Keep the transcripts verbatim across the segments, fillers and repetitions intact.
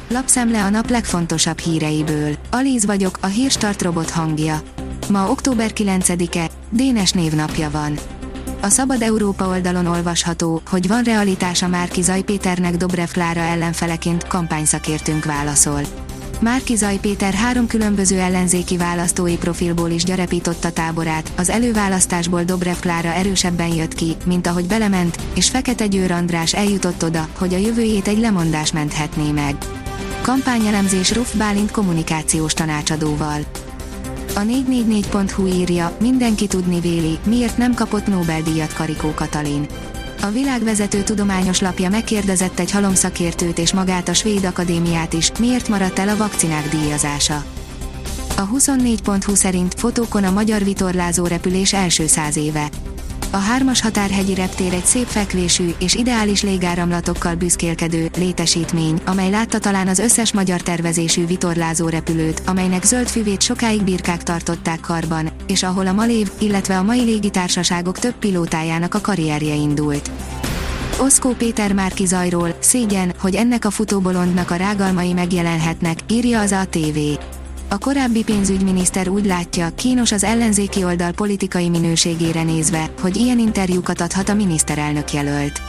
Lapszemle a nap legfontosabb híreiből. Alíz vagyok, a Hírstart robot hangja. Ma október kilencedike, Dénes névnapja van. A Szabad Európa oldalon olvasható, hogy van realitása Márki-Zay Péternek Dobrev Klára ellenfeleként, kampányszakértőnk válaszol. Márki-Zay Péter három különböző ellenzéki választói profilból is gyarapította táborát, az előválasztásból Dobrev Klára erősebben jött ki, mint ahogy belement, és Fekete Győr András eljutott oda, hogy a jövőjét egy lemondás menthetné meg. Kampányelemzés Ruff Bálint kommunikációs tanácsadóval. A négy négy négy pont hu írja, mindenki tudni véli, miért nem kapott Nobel-díjat Karikó Katalin. A világvezető tudományos lapja megkérdezett egy halomszakértőt és magát a Svéd Akadémiát is, miért maradt el a vakcinák díjazása. A huszonnégy pont hu szerint fotókon a magyar vitorlázó repülés első száz éve. A hármas határhegyi reptér egy szép fekvésű és ideális légáramlatokkal büszkélkedő létesítmény, amely látta talán az összes magyar tervezésű vitorlázó repülőt, amelynek zöld füvét sokáig birkák tartották karban, és ahol a Malév, illetve a mai légitársaságok több pilótájának a karrierje indult. Oszkó Péter Márki-Zayról, szégyen, hogy ennek a futóbolondnak a rágalmai megjelenhetnek, írja az á té vé. A korábbi pénzügyminiszter úgy látja, kínos az ellenzéki oldal politikai minőségére nézve, hogy ilyen interjúkat adhat a miniszterelnök jelölt.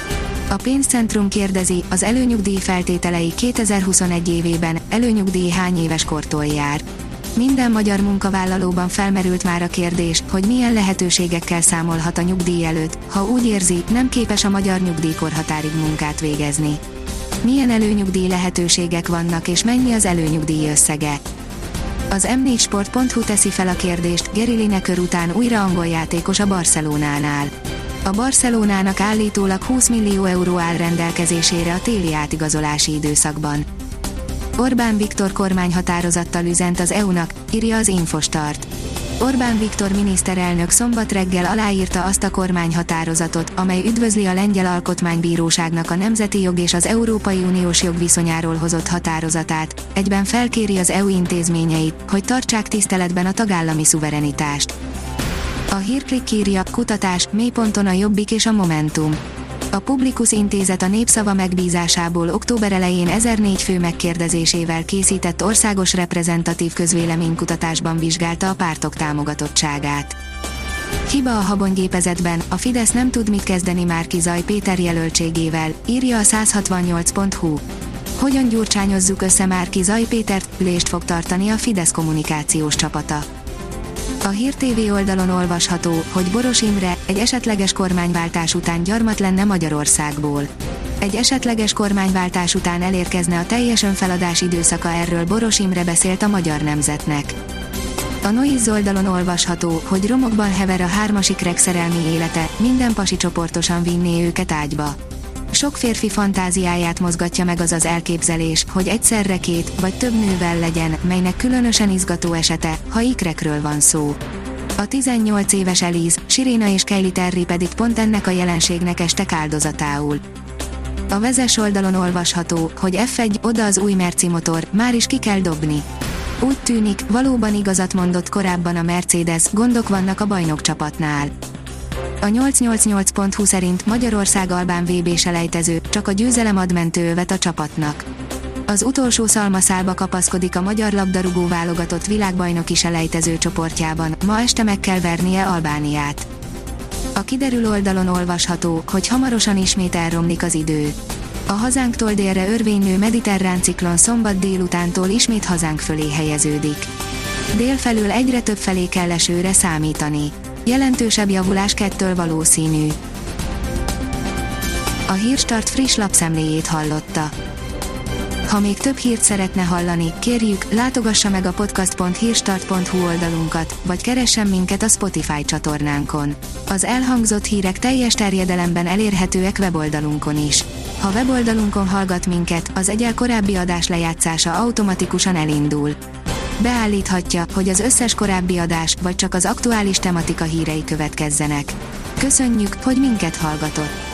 A pénzcentrum kérdezi, az előnyugdíj feltételei kétezer-huszonegy évében, előnyugdíj hány éves kortól jár. Minden magyar munkavállalóban felmerült már a kérdés, hogy milyen lehetőségekkel számolhat a nyugdíj előtt, ha úgy érzi, nem képes a magyar nyugdíjkorhatárig munkát végezni. Milyen előnyugdíj lehetőségek vannak és mennyi az előnyugdíj összege? Az em négy sport pont hu teszi fel a kérdést, Gary Lineker után újra angol játékos a Barcelonánál. A Barcelonának állítólag húsz millió euró áll rendelkezésére a téli átigazolási időszakban. Orbán Viktor kormányhatározattal üzent az é u-nak, írja az Infostart. Orbán Viktor miniszterelnök szombat reggel aláírta azt a kormányhatározatot, amely üdvözli a lengyel alkotmánybíróságnak a nemzeti jog és az Európai Uniós jog viszonyáról hozott határozatát, egyben felkéri az é u intézményeit, hogy tartsák tiszteletben a tagállami szuverenitást. A Hírklikk írja, kutatás, mélyponton a Jobbik és a Momentum. A Publikus Intézet a Népszava megbízásából október elején ezernégy fő megkérdezésével készített országos reprezentatív közvéleménykutatásban vizsgálta a pártok támogatottságát. Hiba a habonygépezetben, a Fidesz nem tud mit kezdeni Márki-Zay Péter jelöltségével, írja a száz hatvannyolc pont hu. Hogyan gyurcsányozzuk össze Márki-Zay Pétert, ülést fog tartani a Fidesz kommunikációs csapata. A Hír té vé oldalon olvasható, hogy Boros Imre egy esetleges kormányváltás után gyarmat lenne Magyarországból. Egy esetleges kormánywáltás után elérkezne a teljes önfeladás időszaka, erről Boros Imre beszélt a Magyar Nemzetnek. A Noiz oldalon olvasható, hogy romokban hever a hármas ikrek szerelmi élete, minden pasi csoportosan vinné őket ágyba. Sok férfi fantáziáját mozgatja meg az az elképzelés, hogy egyszerre két vagy több nővel legyen, melynek különösen izgató esete, ha ikrekről van szó. A tizennyolc éves Elise, Sirena és Kylie Terry pedig pont ennek a jelenségnek estek áldozatául. A Vezes oldalon olvasható, hogy ef egy, oda az új Merci motor, már is ki kell dobni. Úgy tűnik, valóban igazat mondott korábban a Mercedes, gondok vannak a bajnokcsapatnál. A nyolcszáznyolcvannyolc pont hu szerint Magyarország albán vé bé-selejtező, csak a győzelem ad mentőövet a csapatnak. Az utolsó szalmaszálba kapaszkodik a magyar labdarúgó válogatott világbajnoki selejtező csoportjában, ma este meg kell vernie Albániát. A Kiderül oldalon olvasható, hogy hamarosan ismét elromlik az idő. A hazánktól délre örvénylő mediterrán ciklon szombat délutántól ismét hazánk fölé helyeződik. Délfelől egyre több felé kell esőre számítani. Jelentősebb javulás kettől valószínű. A Hírstart friss lapszemléjét hallotta. Ha még több hírt szeretne hallani, kérjük, látogassa meg a podcast pont hírstart pont hu oldalunkat, vagy keressen minket a Spotify csatornánkon. Az elhangzott hírek teljes terjedelemben elérhetőek weboldalunkon is. Ha weboldalunkon hallgat minket, az egyel korábbi adás lejátszása automatikusan elindul. Beállíthatja, hogy az összes korábbi adás, vagy csak az aktuális tematika hírei következzenek. Köszönjük, hogy minket hallgatott!